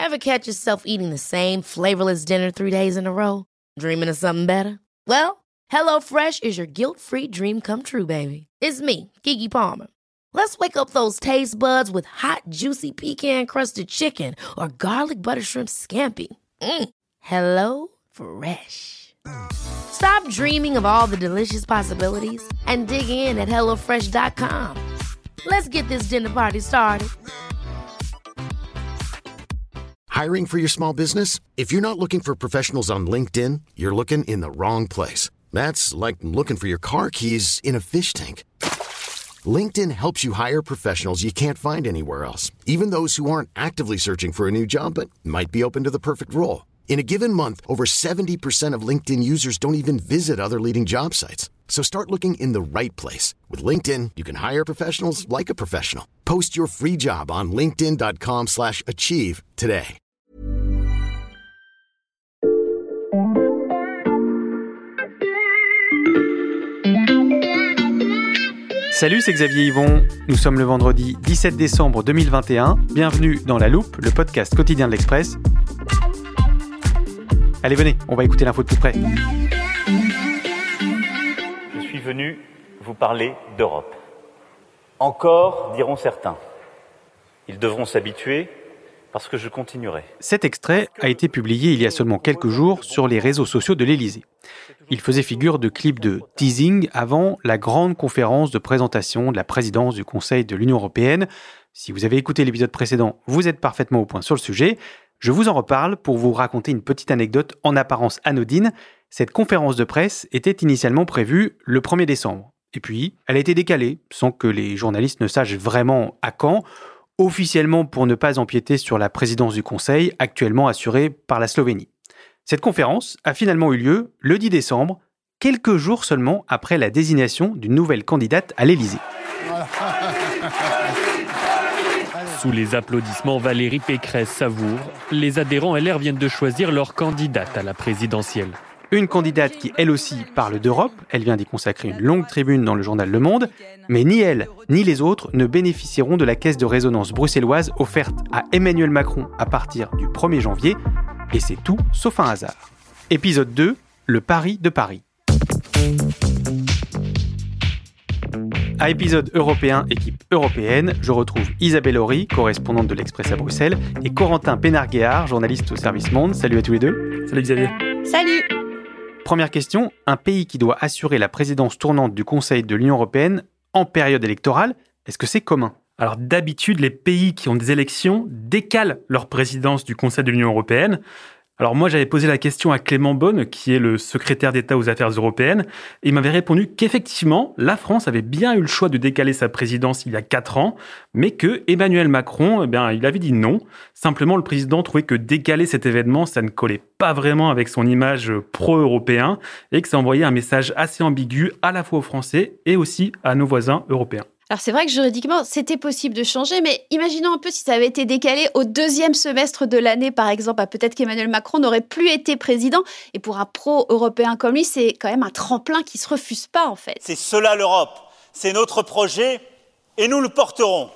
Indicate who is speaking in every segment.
Speaker 1: Ever catch yourself eating the same flavorless dinner 3 days in a row? Dreaming of something better? Well, HelloFresh is your guilt-free dream come true, baby. It's me, Keke Palmer. Let's wake up those taste buds with hot, juicy pecan-crusted chicken or garlic butter shrimp scampi. Hello Fresh. Stop dreaming of all the delicious possibilities and dig in at HelloFresh.com. Let's get this dinner party started.
Speaker 2: Hiring for your small business? If you're not looking for professionals on LinkedIn, you're looking in the wrong place. That's like looking for your car keys in a fish tank. LinkedIn helps you hire professionals you can't find anywhere else, even those who aren't actively searching for a new job but might be open to the perfect role. In a given month, over 70% of LinkedIn users don't even visit other leading job sites. So start looking in the right place. With LinkedIn, you can hire professionals like a professional. Post your free job on linkedin.com/achieve today.
Speaker 3: Salut, c'est Xavier Yvon. Nous sommes le vendredi 17 décembre 2021. Bienvenue dans La Loupe, le podcast quotidien de l'Express. Allez, venez, on va écouter l'info de plus près.
Speaker 4: Je suis venu vous parler d'Europe. Encore, diront certains. Ils devront s'habituer parce que je continuerai.
Speaker 3: Cet extrait a été publié il y a seulement quelques jours sur les réseaux sociaux de l'Élysée. Il faisait figure de clip de teasing avant la grande conférence de présentation de la présidence du Conseil de l'Union européenne. Si vous avez écouté l'épisode précédent, vous êtes parfaitement au point sur le sujet. Je vous en reparle pour vous raconter une petite anecdote en apparence anodine. Cette conférence de presse était initialement prévue le 1er décembre. Et puis, elle a été décalée, sans que les journalistes ne sachent vraiment à quand, officiellement pour ne pas empiéter sur la présidence du Conseil, actuellement assurée par la Slovénie. Cette conférence a finalement eu lieu le 10 décembre, quelques jours seulement après la désignation d'une nouvelle candidate à l'Élysée.
Speaker 5: Sous les applaudissements, Valérie Pécresse savoure. Les adhérents LR viennent de choisir leur candidate à la présidentielle.
Speaker 3: Une candidate qui, elle aussi, parle d'Europe. Elle vient d'y consacrer une longue tribune dans le journal Le Monde. Mais ni elle, ni les autres ne bénéficieront de la caisse de résonance bruxelloise offerte à Emmanuel Macron à partir du 1er janvier. Et c'est tout sauf un hasard. Épisode 2, le pari de Paris. À épisode européen, équipe européenne, je retrouve Isabelle Horry, correspondante de l'Express à Bruxelles, et Corentin Pénard-Guéard, journaliste au service Monde. Salut à tous les deux.
Speaker 5: Salut Xavier.
Speaker 6: Salut.
Speaker 3: Première question, un pays qui doit assurer la présidence tournante du Conseil de l'Union européenne en période électorale, est-ce que c'est commun ?
Speaker 5: Alors d'habitude, les pays qui ont des élections décalent leur présidence du Conseil de l'Union européenne. Alors moi, j'avais posé la question à Clément Beaune, qui est le secrétaire d'État aux affaires européennes, et il m'avait répondu qu'effectivement, la France avait bien eu le choix de décaler sa présidence il y a 4 ans, mais que Emmanuel Macron, il avait dit non. Simplement, le président trouvait que décaler cet événement, ça ne collait pas vraiment avec son image pro-européen, et que ça envoyait un message assez ambigu à la fois aux Français et aussi à nos voisins européens.
Speaker 6: Alors c'est vrai que juridiquement, c'était possible de changer, mais imaginons un peu si ça avait été décalé au 2e semestre de l'année, par exemple. Peut-être qu'Emmanuel Macron n'aurait plus été président. Et pour un pro-européen comme lui, c'est quand même un tremplin qui ne se refuse pas, en fait.
Speaker 7: C'est cela l'Europe, c'est notre projet et nous le porterons.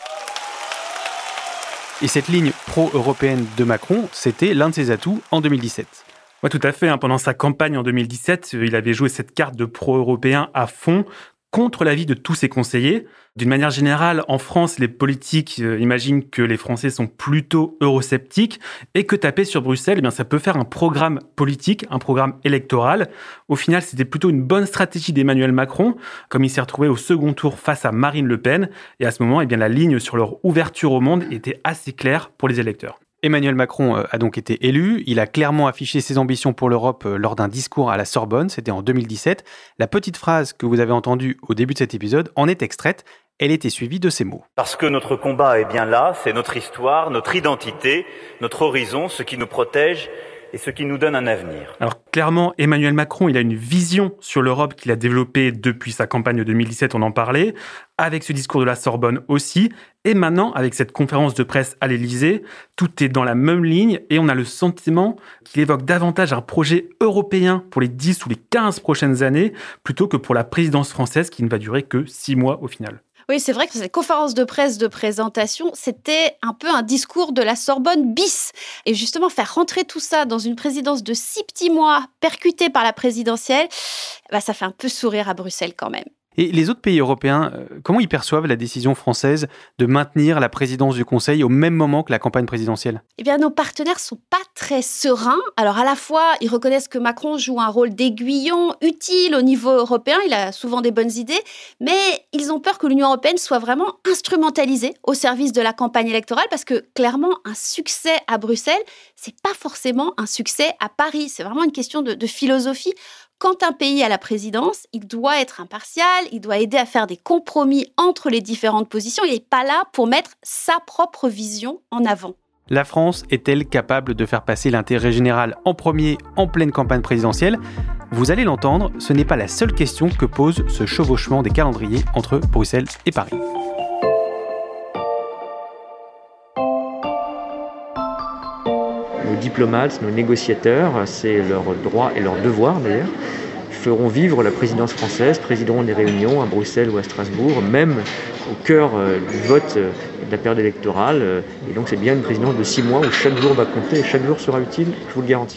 Speaker 3: Et cette ligne pro-européenne de Macron, c'était l'un de ses atouts en 2017.
Speaker 5: Oui, tout à fait. Pendant sa campagne en 2017, il avait joué cette carte de pro-européen à fond, contre l'avis de tous ses conseillers. D'une manière générale, en France, les politiques imaginent que les Français sont plutôt eurosceptiques et que taper sur Bruxelles, ça peut faire un programme politique, un programme électoral. Au final, c'était plutôt une bonne stratégie d'Emmanuel Macron, comme il s'est retrouvé au second tour face à Marine Le Pen. Et à ce moment, la ligne sur leur ouverture au monde était assez claire pour les électeurs.
Speaker 3: Emmanuel Macron a donc été élu. Il a clairement affiché ses ambitions pour l'Europe lors d'un discours à la Sorbonne. C'était en 2017. La petite phrase que vous avez entendue au début de cet épisode en est extraite. Elle était suivie de ces mots.
Speaker 4: Parce que notre combat est bien là, c'est notre histoire, notre identité, notre horizon, ce qui nous protège et ce qui nous donne un avenir.
Speaker 5: Alors clairement, Emmanuel Macron, il a une vision sur l'Europe qu'il a développée depuis sa campagne 2017, on en parlait, avec ce discours de la Sorbonne aussi, et maintenant avec cette conférence de presse à l'Élysée, tout est dans la même ligne et on a le sentiment qu'il évoque davantage un projet européen pour les 10 ou les 15 prochaines années, plutôt que pour la présidence française qui ne va durer que 6 mois au final.
Speaker 6: Oui, c'est vrai que cette conférence de presse de présentation, c'était un peu un discours de la Sorbonne bis. Et justement, faire rentrer tout ça dans une présidence de 6 petits mois, percutée par la présidentielle, ça fait un peu sourire à Bruxelles quand même.
Speaker 3: Et les autres pays européens, comment ils perçoivent la décision française de maintenir la présidence du Conseil au même moment que la campagne présidentielle ?
Speaker 6: Eh bien, nos partenaires sont pas très sereins. Alors, à la fois, ils reconnaissent que Macron joue un rôle d'aiguillon utile au niveau européen. Il a souvent des bonnes idées. Mais ils ont peur que l'Union européenne soit vraiment instrumentalisée au service de la campagne électorale parce que, clairement, un succès à Bruxelles, c'est pas forcément un succès à Paris. C'est vraiment une question de philosophie. Quand un pays a la présidence, il doit être impartial, il doit aider à faire des compromis entre les différentes positions. Il n'est pas là pour mettre sa propre vision en avant.
Speaker 3: La France est-elle capable de faire passer l'intérêt général en premier en pleine campagne présidentielle ? Vous allez l'entendre, ce n'est pas la seule question que pose ce chevauchement des calendriers entre Bruxelles et Paris.
Speaker 8: Nos diplomates, nos négociateurs, c'est leur droit et leur devoir d'ailleurs, feront vivre la présidence française, présideront des réunions à Bruxelles ou à Strasbourg, même au cœur du vote de la période électorale. Et donc c'est bien une présidence de 6 mois où chaque jour va compter et chaque jour sera utile, je vous le garantis.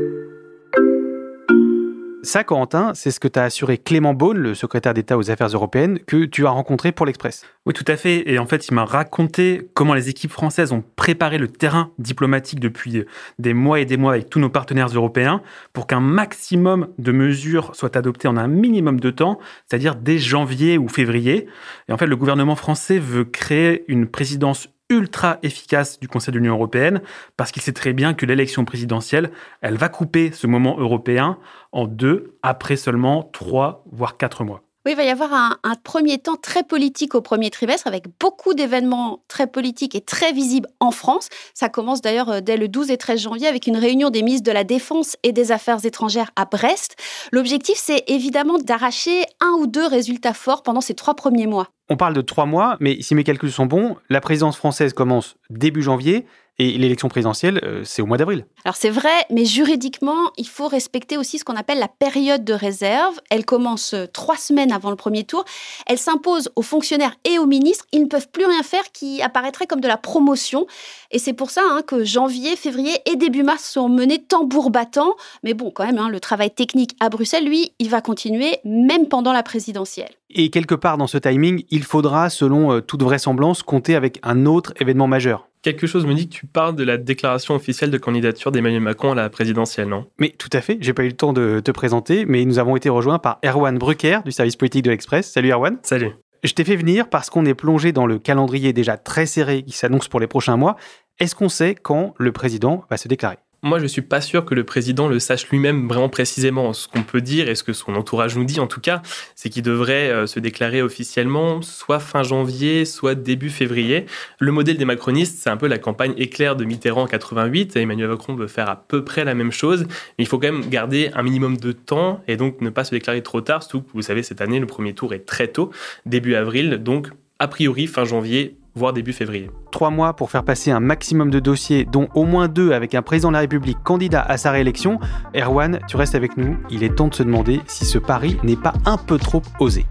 Speaker 3: Ça, Corentin, c'est ce que t'a assuré Clément Beaune, le secrétaire d'État aux Affaires européennes, que tu as rencontré pour l'Express.
Speaker 5: Oui, tout à fait. Et en fait, il m'a raconté comment les équipes françaises ont préparé le terrain diplomatique depuis des mois et des mois avec tous nos partenaires européens pour qu'un maximum de mesures soient adoptées en un minimum de temps, c'est-à-dire dès janvier ou février. Et en fait, le gouvernement français veut créer une présidence ultra efficace du Conseil de l'Union européenne parce qu'il sait très bien que l'élection présidentielle, elle va couper ce moment européen en deux après seulement 3 voire 4 mois.
Speaker 6: Oui, il va y avoir un premier temps très politique au premier trimestre avec beaucoup d'événements très politiques et très visibles en France. Ça commence d'ailleurs dès le 12 et 13 janvier avec une réunion des ministres de la Défense et des Affaires étrangères à Brest. L'objectif, c'est évidemment d'arracher 1 ou 2 résultats forts pendant ces 3 premiers mois.
Speaker 3: On parle de 3 mois, mais si mes calculs sont bons, la présidence française commence début janvier et l'élection présidentielle, c'est au mois d'avril.
Speaker 6: Alors c'est vrai, mais juridiquement, il faut respecter aussi ce qu'on appelle la période de réserve. Elle commence 3 semaines avant le premier tour. Elle s'impose aux fonctionnaires et aux ministres. Ils ne peuvent plus rien faire qui apparaîtrait comme de la promotion. Et c'est pour ça que janvier, février et début mars sont menés tambour battant. Mais bon, quand même, le travail technique à Bruxelles, lui, il va continuer même pendant la présidentielle.
Speaker 3: Et quelque part dans ce timing, il faudra, selon toute vraisemblance, compter avec un autre événement majeur.
Speaker 9: Quelque chose me dit que tu parles de la déclaration officielle de candidature d'Emmanuel Macron à la présidentielle, non ?
Speaker 3: Mais tout à fait, j'ai pas eu le temps de te présenter, mais nous avons été rejoints par Erwan Brucker du service politique de l'Express. Salut Erwan.
Speaker 9: Salut.
Speaker 3: Je t'ai fait venir parce qu'on est plongé dans le calendrier déjà très serré qui s'annonce pour les prochains mois. Est-ce qu'on sait quand le président va se déclarer ?
Speaker 9: Moi, je ne suis pas sûr que le président le sache lui-même vraiment précisément. Ce qu'on peut dire, et ce que son entourage nous dit en tout cas, c'est qu'il devrait se déclarer officiellement soit fin janvier, soit début février. Le modèle des macronistes, c'est un peu la campagne éclair de Mitterrand en 88. Emmanuel Macron veut faire à peu près la même chose, mais il faut quand même garder un minimum de temps et donc ne pas se déclarer trop tard. Surtout que, vous savez, cette année, le premier tour est très tôt, début avril, donc a priori fin janvier, voire début février.
Speaker 3: 3 mois pour faire passer un maximum de dossiers, dont au moins 2 avec un président de la République candidat à sa réélection. Erwan, tu restes avec nous. Il est temps de se demander si ce pari n'est pas un peu trop osé.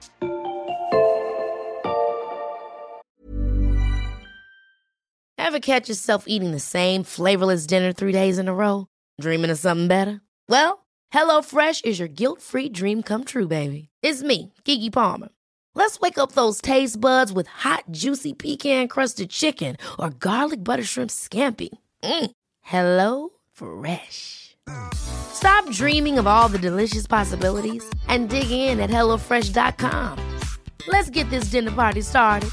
Speaker 1: Ever catch yourself eating the same flavorless dinner 3 days in a row? Dreaming of something better? Well, HelloFresh is your guilt-free dream come true, baby. It's me, Keke Palmer. Let's wake up those taste buds with hot, juicy pecan-crusted chicken or garlic butter shrimp scampi. Hello Fresh. Stop dreaming of all the delicious possibilities and dig in at HelloFresh.com. Let's get this dinner party started.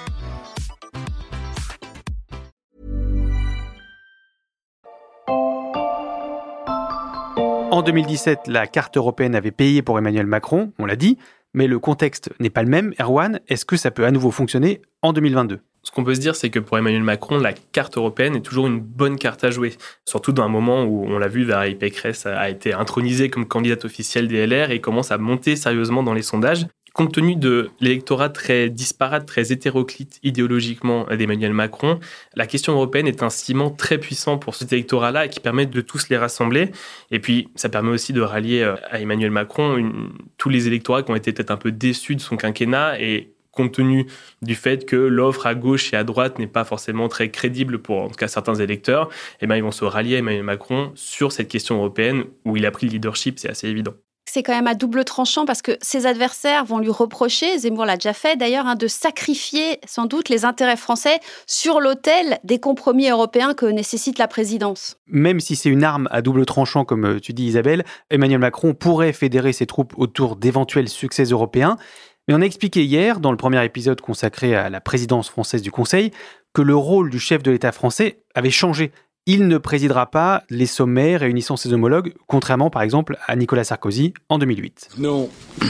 Speaker 3: En 2017, la carte européenne avait payé pour Emmanuel Macron, on l'a dit, mais le contexte n'est pas le même. Erwan, est-ce que ça peut à nouveau fonctionner en 2022 ?
Speaker 9: Ce qu'on peut se dire, c'est que pour Emmanuel Macron, la carte européenne est toujours une bonne carte à jouer. Surtout dans un moment où, on l'a vu, Valérie Pécresse a été intronisée comme candidate officielle des LR et commence à monter sérieusement dans les sondages. Compte tenu de l'électorat très disparate, très hétéroclite idéologiquement d'Emmanuel Macron, la question européenne est un ciment très puissant pour cet électorat-là et qui permet de tous les rassembler. Et puis, ça permet aussi de rallier à Emmanuel Macron tous les électorats qui ont été peut-être un peu déçus de son quinquennat et compte tenu du fait que l'offre à gauche et à droite n'est pas forcément très crédible pour, en tout cas, certains électeurs, ils vont se rallier à Emmanuel Macron sur cette question européenne où il a pris le leadership, c'est assez évident.
Speaker 6: C'est quand même à double tranchant parce que ses adversaires vont lui reprocher, Zemmour l'a déjà fait d'ailleurs, de sacrifier sans doute les intérêts français sur l'autel des compromis européens que nécessite la présidence.
Speaker 3: Même si c'est une arme à double tranchant, comme tu dis Isabelle, Emmanuel Macron pourrait fédérer ses troupes autour d'éventuels succès européens. Mais on a expliqué hier, dans le premier épisode consacré à la présidence française du Conseil, que le rôle du chef de l'État français avait changé. Il ne présidera pas les sommets réunissant ses homologues, contrairement par exemple à Nicolas Sarkozy en 2008.
Speaker 10: Non,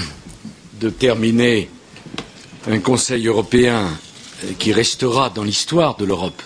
Speaker 10: de terminer un Conseil européen qui restera dans l'histoire de l'Europe.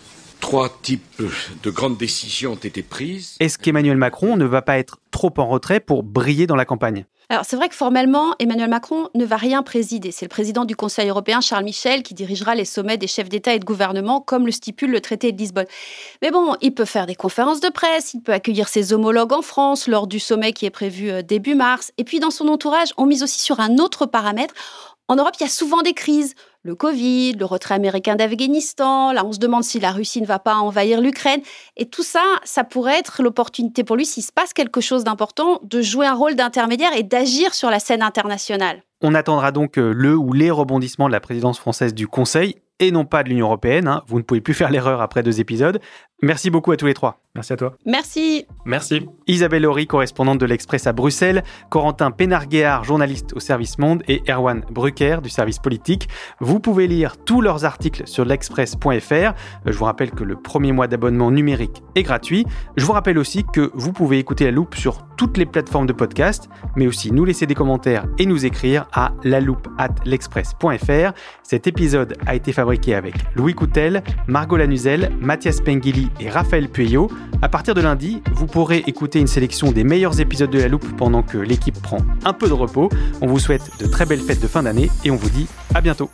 Speaker 10: 3 types de grandes décisions ont été prises.
Speaker 3: Est-ce qu'Emmanuel Macron ne va pas être trop en retrait pour briller dans la campagne ?
Speaker 6: Alors, c'est vrai que formellement, Emmanuel Macron ne va rien présider. C'est le président du Conseil européen, Charles Michel, qui dirigera les sommets des chefs d'État et de gouvernement, comme le stipule le traité de Lisbonne. Mais bon, il peut faire des conférences de presse, il peut accueillir ses homologues en France lors du sommet qui est prévu début mars. Et puis, dans son entourage, on mise aussi sur un autre paramètre. En Europe, il y a souvent des crises. Le Covid, le retrait américain d'Afghanistan. Là, on se demande si la Russie ne va pas envahir l'Ukraine. Et tout ça, ça pourrait être l'opportunité pour lui, s'il se passe quelque chose d'important, de jouer un rôle d'intermédiaire et d'agir sur la scène internationale.
Speaker 3: On attendra donc le ou les rebondissements de la présidence française du Conseil et non pas de l'Union européenne. Vous ne pouvez plus faire l'erreur après 2 épisodes. Merci beaucoup à tous les 3.
Speaker 5: Merci à toi.
Speaker 6: Merci.
Speaker 9: Merci.
Speaker 3: Isabelle Horry, correspondante de l'Express à Bruxelles, Corentin Pénard-Guéard, journaliste au service Monde, et Erwan Brucker du service politique. Vous pouvez lire tous leurs articles sur l'express.fr. Je vous rappelle que le premier mois d'abonnement numérique est gratuit. Je vous rappelle aussi que vous pouvez écouter La Loupe sur toutes les plateformes de podcast, mais aussi nous laisser des commentaires et nous écrire à laloupe@l'express.fr. Cet épisode a été fabriqué avec Louis Coutel, Margot Lanuzel, Mathias Pengili et Raphaël Pueyo. À partir de lundi, vous pourrez écouter une sélection des meilleurs épisodes de La Loupe pendant que l'équipe prend un peu de repos. On vous souhaite de très belles fêtes de fin d'année et on vous dit à bientôt.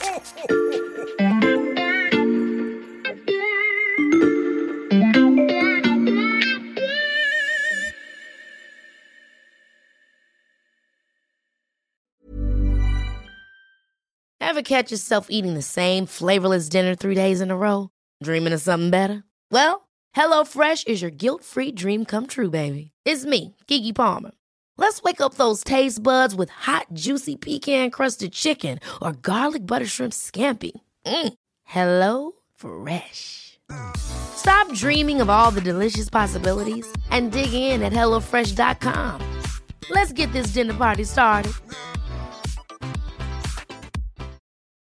Speaker 1: Ever catch yourself eating the same flavorless dinner 3 days in a row? Dreaming of something better? Well, HelloFresh is your guilt-free dream come true, baby. It's me, Keke Palmer. Let's wake up those taste buds with hot, juicy pecan-crusted chicken or garlic butter shrimp scampi. Hello Fresh. Stop dreaming of all the delicious possibilities and dig in at HelloFresh.com. Let's get this dinner party started.